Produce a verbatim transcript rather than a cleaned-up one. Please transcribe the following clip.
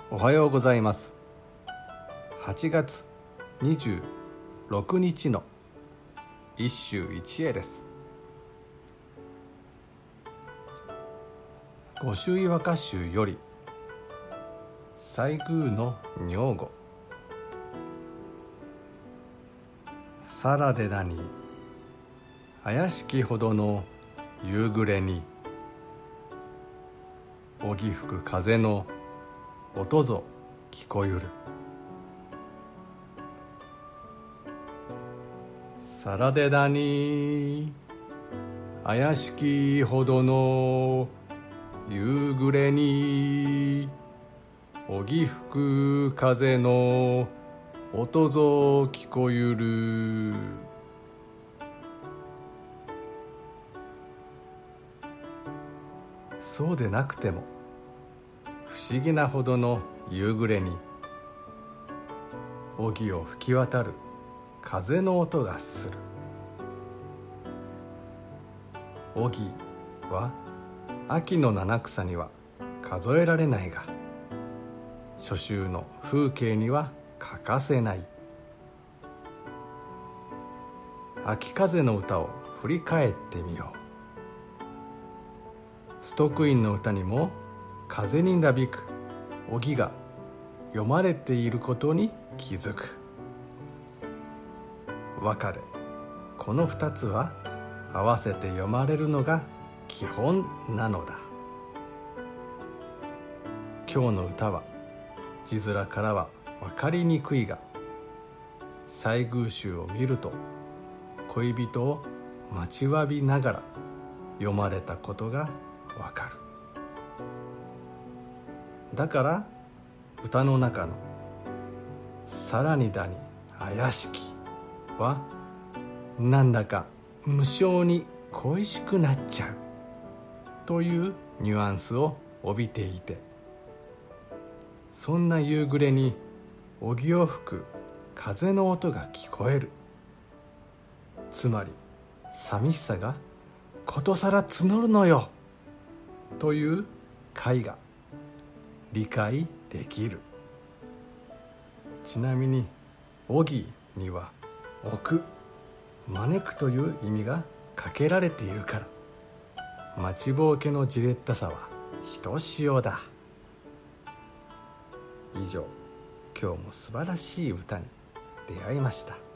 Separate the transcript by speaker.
Speaker 1: おはようございます。はちがつにじゅうろくにちの一首一会です。御朱意和歌集より西宮の女御。さらでだに怪しきほどの夕暮れに、おぎ吹く風の音ぞ聞こゆる。さらでだに怪しきほどの夕暮れに、おぎ吹く風の音ぞ聞こゆる。そうでなくても不思議なほどの夕暮れに、荻を吹き渡る風の音がする。荻は秋の七草には数えられないが、初秋の風景には欠かせない。秋風の歌を振り返ってみよう。ストックインの歌にも風になびく荻が読まれていることに気づく。和歌でこの二つは合わせて読まれるのが基本なのだ。今日の歌は字面からは分かりにくいが、西宮集を見ると恋人を待ちわびながら読まれたことがわかる。だから歌の中のさらにだに怪しきはなんだか無性に恋しくなっちゃうというニュアンスを帯びていて、そんな夕暮れに荻を吹く風の音が聞こえる。つまり寂しさがことさら募るのよという解が理解できる。ちなみに荻には置く、招くという意味がかけられているから、待ちぼうけのじれったさはひとしおだ。以上、今日も素晴らしい歌に出会いました。